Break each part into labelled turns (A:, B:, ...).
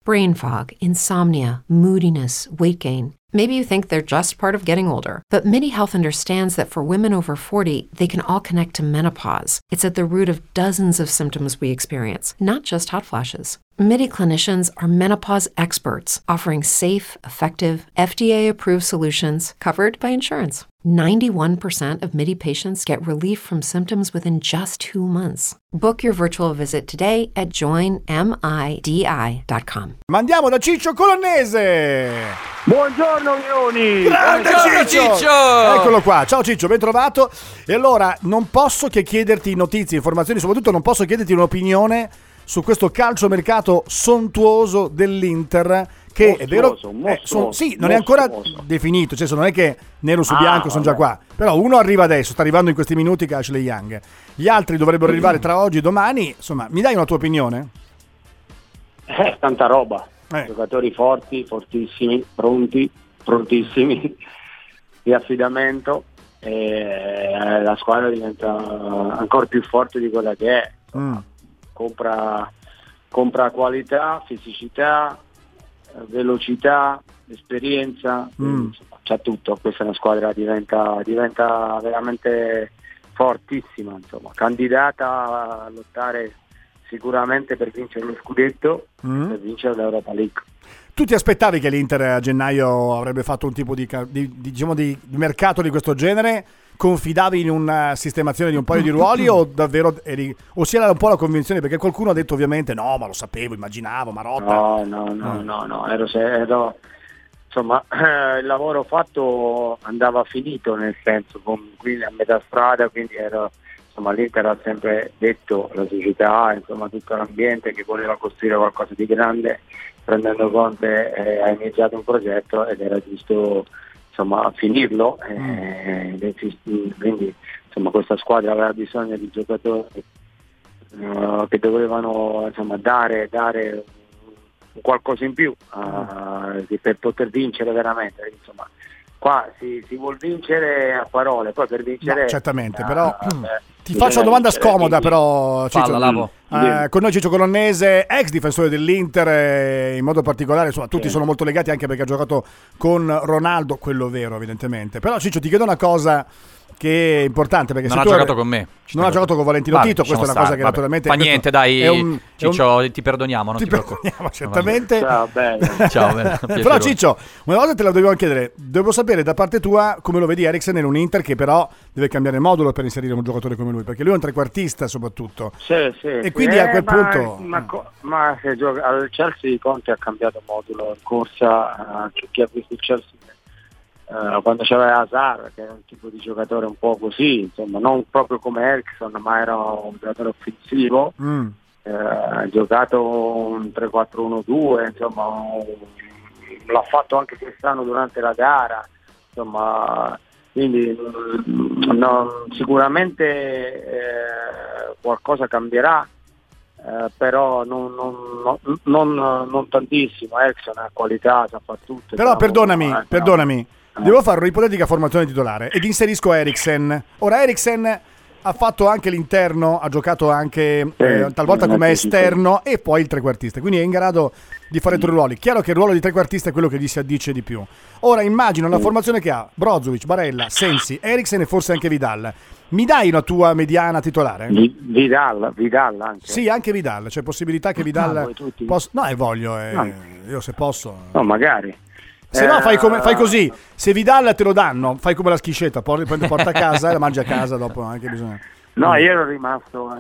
A: brain fog, insomnia, moodiness, weight gain. Maybe you think they're just part of getting older, but MIDI Health understands that for women over 40, they can all connect to menopause. It's at the root of dozens of symptoms we experience, not just hot flashes. MIDI clinicians are menopause experts, offering safe, effective, FDA-approved solutions covered by insurance. 91% of MIDI patients get relief from symptoms within just 2 months. Book your virtual visit today at joinmidi.com.
B: Ma andiamo da Ciccio Colonnese.
C: Buongiorno Leoni.
B: Grande Ciccio! Eccolo qua, ciao Ciccio, ben trovato. E allora non posso che chiederti notizie, informazioni, soprattutto non posso chiederti un'opinione su questo calciomercato sontuoso dell'Inter che
C: mostruoso,
B: è vero
C: mostruoso,
B: non è ancora definito, cioè non è che nero su bianco sono già qua, però uno arriva adesso, sta arrivando in questi minuti che Ashley Young, gli altri dovrebbero arrivare tra oggi e domani. Insomma, mi dai una tua opinione?
C: Tanta roba, giocatori forti, fortissimi, prontissimi di affidamento, e la squadra diventa ancora più forte di quella che è. Compra qualità, fisicità, velocità, esperienza, insomma, c'ha tutto. Questa è una squadra diventa veramente fortissima, insomma, candidata a lottare sicuramente per vincere lo scudetto, per vincere l'Europa League.
B: Tu ti aspettavi che l'Inter a gennaio avrebbe fatto un tipo di mercato di questo genere? Confidavi in una sistemazione di un paio di ruoli o davvero o c'era un po' la convinzione, perché qualcuno ha detto ovviamente no, ma lo sapevo, immaginavo, Marotta.
C: No, ero insomma, il lavoro fatto andava finito, nel senso, quindi a metà strada, quindi l'Inter ha sempre detto, la società, insomma tutto l'ambiente, che voleva costruire qualcosa di grande, prendendo Conte ha iniziato un progetto ed era giusto finirlo, quindi insomma questa squadra aveva bisogno di giocatori che dovevano dare qualcosa in più per poter vincere veramente. Insomma, qua si vuol vincere a parole, poi per vincere
B: certamente, però ti faccio una domanda scomoda, però Ciccio, con noi Ciccio Colonnese, ex difensore dell'Inter, in modo particolare, insomma, tutti sono molto legati anche perché ha giocato con Ronaldo, quello vero evidentemente. Però Ciccio, ti chiedo una cosa che è importante, perché
D: non ha giocato con me,
B: non ha giocato con Valentino Tito, questa è una cosa che naturalmente
D: fa niente, dai, Ciccio, ti perdoniamo, non ti preoccupare,
B: certamente.
C: Ciao, bene.
D: Ciao, bene.
B: Però Ciccio, una cosa te la dovevo chiedere, devo sapere da parte tua come lo vedi Eriksen in un Inter che però deve cambiare modulo per inserire un giocatore come lui, perché lui è un trequartista soprattutto, e quindi a quel punto
C: ma se gioca al Chelsea, Conte ha cambiato modulo in corsa, chi ha visto il Chelsea quando c'era Hazard, che era un tipo di giocatore un po' così, insomma, non proprio come Eriksen, ma era un giocatore offensivo, ha giocato un 3-4-1-2, insomma, l'ha fatto anche quest'anno durante la gara, insomma, quindi sicuramente qualcosa cambierà, però non tantissimo. Eriksen ha qualità, sa fare tutto.
B: Però perdonami. Devo fare un'ipotetica formazione titolare ed inserisco Eriksen. Ora Eriksen ha fatto anche l'interno, ha giocato anche talvolta come esterno e poi il trequartista, quindi è in grado di fare tre ruoli. Chiaro che il ruolo di trequartista è quello che gli si addice di più. Ora immagino una formazione che ha Brozovic, Barella, Sensi, Eriksen e forse anche Vidal. Mi dai una tua mediana titolare?
C: Vidal anche?
B: Sì, anche Vidal, c'è possibilità che Vidal io se posso.
C: No, magari.
B: Se no fai così, se Vidal te lo danno, fai come la schiscetta, porta a casa e la mangi a casa dopo, anche bisogna.
C: No, io ero rimasto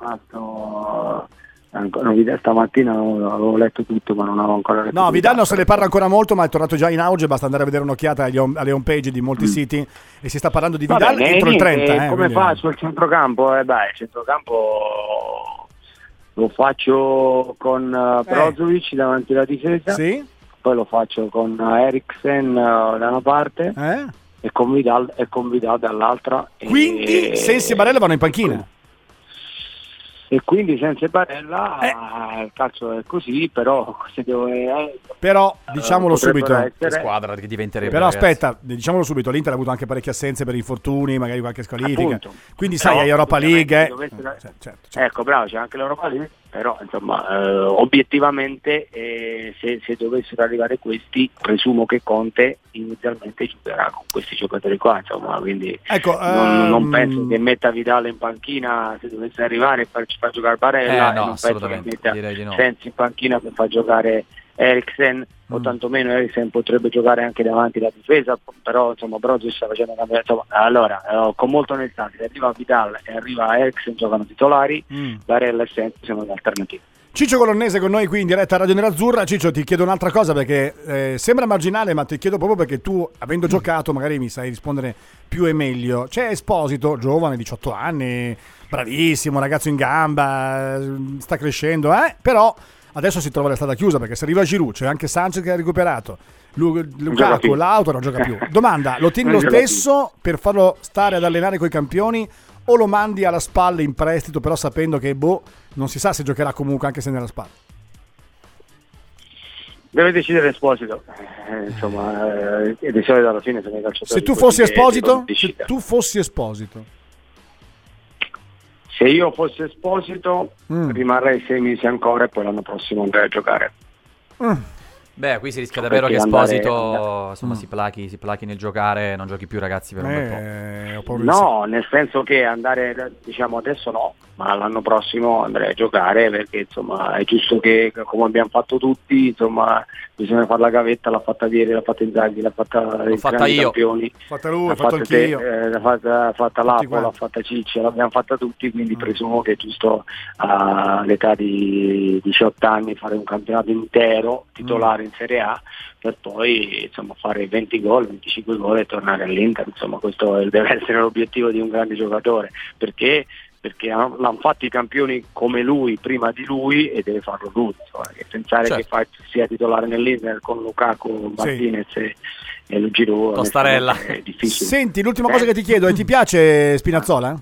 C: stamattina avevo letto tutto, ma non avevo ancora letto.
B: No, Vidal non se ne parla ancora molto, ma è tornato già in auge, basta andare a vedere un'occhiata alle home page di molti siti e si sta parlando di Vidal entro il 30.
C: Come faccio il centrocampo? Il centrocampo lo faccio con Brozovic davanti alla difesa.
B: Sì.
C: Poi lo faccio con Eriksen da una parte e con Vidal dall'altra.
B: Quindi Sensi e Barella vanno in panchina.
C: E quindi senza Barella il calcio è così, però
B: diciamolo subito,
D: squadra che diventerebbe.
B: Però aspetta, diciamolo subito, l'Inter ha avuto anche parecchie assenze per infortuni, magari qualche squalifica. Quindi sai, Europa League.
C: Certo. Ecco, bravo, c'è anche l'Europa League. però insomma obiettivamente se dovessero arrivare questi, presumo che Conte inizialmente giocherà con questi giocatori qua, insomma, quindi
B: ecco,
C: non penso che metta Vidal in panchina se dovesse arrivare per far giocare Barella,
D: no,
C: non penso che metta
D: no.
C: Sensi in panchina per far giocare Eriksen, o tantomeno Eriksen potrebbe giocare anche davanti alla difesa, però insomma Brozovic sta facendo una cambiamento. Allora con molta onestà, se arriva Vidal e arriva Eriksen giocano titolari, Barella e Sensi sono le alternative.
B: Ciccio Colonnese con noi qui in diretta a Radio Nerazzurra. Ciccio, ti chiedo un'altra cosa perché sembra marginale, ma ti chiedo proprio perché tu, avendo giocato, magari mi sai rispondere più e meglio. C'è Esposito, giovane, 18 anni, bravissimo, ragazzo in gamba, sta crescendo, però adesso si trova la strada chiusa perché se arriva Giroud, c'è anche Sanchez che ha recuperato, Lukaku, l'auto non gioca più. Domanda, lo tieni lo stesso per farlo stare ad allenare coi campioni o lo mandi alla spalla in prestito però sapendo che non si sa se giocherà comunque anche se nella spalla?
C: Deve decidere Esposito, insomma, di solito alla fine sono i calciatori.
B: Se tu fossi Esposito?
C: Se io fossi Esposito rimarrei 6 mesi ancora e poi l'anno prossimo andrei a giocare.
D: Beh, qui si rischia davvero che Esposito insomma si plachi nel giocare, non giochi più, ragazzi, per un bel po'.
C: No, nel senso che andare, diciamo adesso no, ma l'anno prossimo andrei a giocare perché insomma è giusto che, come abbiamo fatto tutti, insomma bisogna fare la gavetta, l'ha fatta ieri, l'ha fatta Inzaghi, l'ha fatta
D: io,
C: campioni,
B: l'ha fatta lui, l'ha fatta anch'io,
C: l'ha fatta Lapo, l'ha fatta Cicci, l'abbiamo fatta tutti, quindi presumo che è giusto all'età di 18 anni fare un campionato intero titolare in Serie A per poi insomma fare 20 gol, 25 gol e tornare all'Inter. Insomma questo deve essere l'obiettivo di un grande giocatore, perché l'hanno fatto i campioni come lui prima di lui e deve farlo lui, insomma, e pensare che sia titolare nell'Inter con Lukaku, Martinez e lo Giroud
D: Tostarella
C: è difficile.
B: Senti, l'ultima cosa che ti chiedo è: ti piace Spinazzola?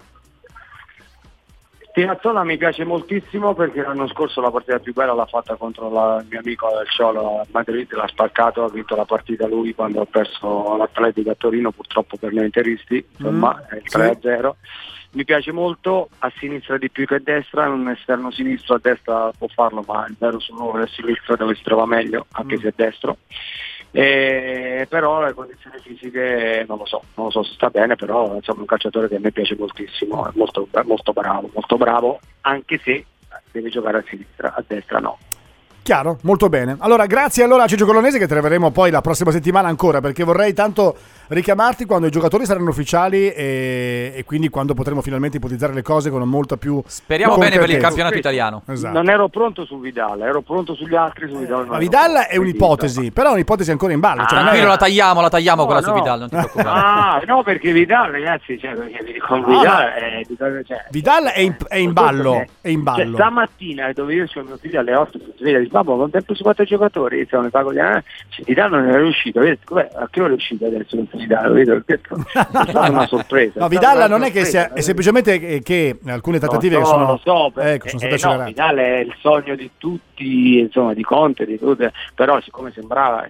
C: Spinazzola mi piace moltissimo perché l'anno scorso la partita più bella l'ha fatta contro il mio amico del Ciolo a Madrid, l'ha spaccato, ha vinto la partita lui quando ha perso l'Atletico a Torino, purtroppo per noi interisti, insomma è il 3-0. Mi piace molto, a sinistra di più che a destra, è un esterno sinistro, a destra può farlo, ma il vero suo ruolo è a sinistra dove si trova meglio, anche se è destro. Però le condizioni fisiche non lo so se sta bene, però insomma è un calciatore che a me piace moltissimo, è molto bravo, anche se deve giocare a sinistra, a destra no.
B: Chiaro, molto bene. Allora, grazie a Ciccio Colonnese, che te ne avremo poi la prossima settimana ancora, perché vorrei tanto richiamarti quando i giocatori saranno ufficiali e quindi quando potremo finalmente ipotizzare le cose con molta più
D: speriamo bene per il campionato italiano.
C: Esatto. Non ero pronto su Vidal, ero pronto sugli altri. Su Vidal
B: ma Vidal è un'ipotesi, però è un'ipotesi ancora in ballo.
D: Tranquillo, la tagliamo quella su Vidal, non ti preoccupare.
C: No, perché Vidal, ragazzi, con Vidal
B: Vidal è in ballo. È in ballo.
C: Stamattina dove io sono mio figlio alle 8 si sveglia e dice: babbo, non tempo su 4 giocatori, mi pago Vidal non era riuscito, a che ora è uscito adesso Vidal, vedo che è stata una sorpresa.
B: No, Vidal non è che sia, è semplicemente che alcune trattative sono state accelerate.
C: Vidal è il sogno di tutti, insomma, di Conte, di tutte, però siccome sembrava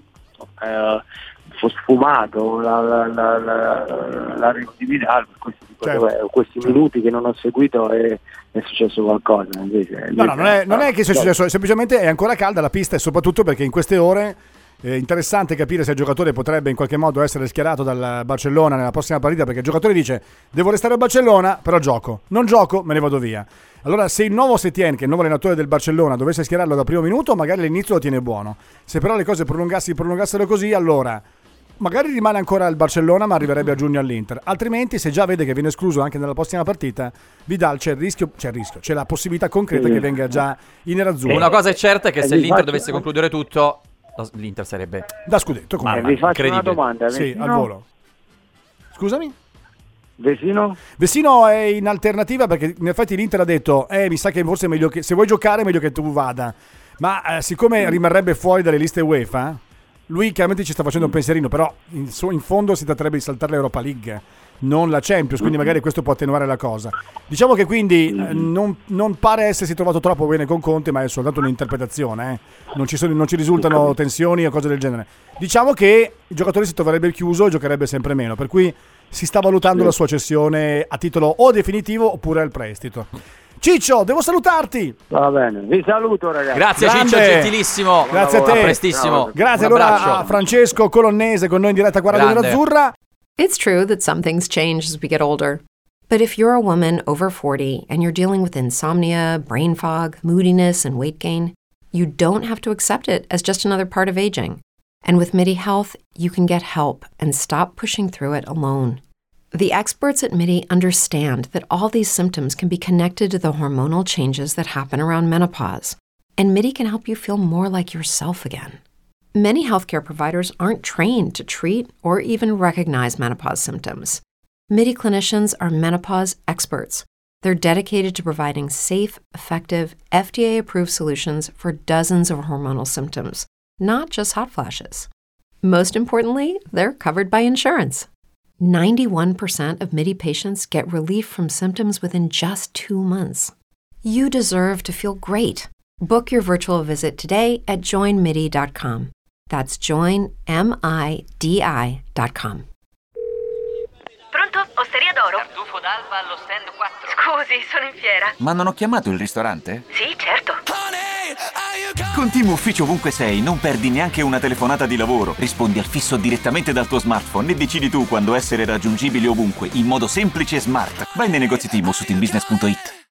C: fu sfumato l'arrivo di Vidal, questi minuti che non ho seguito è successo qualcosa invece.
B: No, non è che sia successo, semplicemente è ancora calda la pista e soprattutto perché in queste ore è interessante capire se il giocatore potrebbe in qualche modo essere schierato dal Barcellona nella prossima partita, perché il giocatore dice: devo restare a Barcellona, però non gioco, me ne vado via. Allora, se il nuovo Setien, che è il nuovo allenatore del Barcellona, dovesse schierarlo da primo minuto, magari all'inizio lo tiene buono. Se però le cose prolungassero così, allora magari rimane ancora al Barcellona ma arriverebbe a giugno all'Inter. Altrimenti, se già vede che viene escluso anche nella prossima partita, Vidal c'è la possibilità concreta che venga già in nerazzurro.
D: Una cosa è certa, è che se l'Inter dovesse concludere tutto, l'Inter sarebbe
B: da scudetto.
C: Vi faccio una domanda.
B: Sì, al volo. Scusami?
C: Vesino
B: è in alternativa perché in effetti l'Inter ha detto mi sa che forse è meglio che, se vuoi giocare è meglio che tu vada, ma siccome rimarrebbe fuori dalle liste UEFA, lui chiaramente ci sta facendo un pensierino, però in fondo si tratterebbe di saltare l'Europa League, non la Champions, quindi magari questo può attenuare la cosa. Diciamo che quindi non pare essersi trovato troppo bene con Conte, ma è soltanto un'interpretazione, non ci risultano tensioni o cose del genere. Diciamo che il giocatore si troverebbe chiuso e giocherebbe sempre meno, per cui si sta valutando la sua cessione a titolo o definitivo oppure al prestito. Ciccio, devo salutarti.
C: Va bene, vi saluto ragazzi.
D: Grazie
B: Grande.
D: Ciccio, gentilissimo.
B: Grazie a te.
D: A prestissimo.
B: Grazie
D: Un
B: allora
D: abbraccio.
B: a Francesco Colonnese con noi in diretta qua a Radio
D: Grande.
B: Nerazzurra.
A: It's true that some things change as we get older. But if you're a woman over 40 and you're dealing with insomnia, brain fog, moodiness, and weight gain, you don't have to accept it as just another part of aging. And with MIDI Health, you can get help and stop pushing through it alone. The experts at MIDI understand that all these symptoms can be connected to the hormonal changes that happen around menopause, and MIDI can help you feel more like yourself again. Many healthcare providers aren't trained to treat or even recognize menopause symptoms. MIDI clinicians are menopause experts. They're dedicated to providing safe, effective, FDA-approved solutions for dozens of hormonal symptoms, not just hot flashes. Most importantly, they're covered by insurance. 91% of MIDI patients get relief from symptoms within just 2 months. You deserve to feel great. Book your virtual visit today at joinmidi.com. That's joinmidi.com.
E: Pronto? Osteria d'oro?
F: Tartufo d'alba allo stand 4.
E: Scusi, sono in fiera.
F: Ma non ho chiamato il ristorante?
E: Sì, certo.
F: Con Team Ufficio ovunque sei, non perdi neanche una telefonata di lavoro. Rispondi al fisso direttamente dal tuo smartphone e decidi tu quando essere raggiungibile ovunque, in modo semplice e smart. Vai nei negozi Team o su teambusiness.it.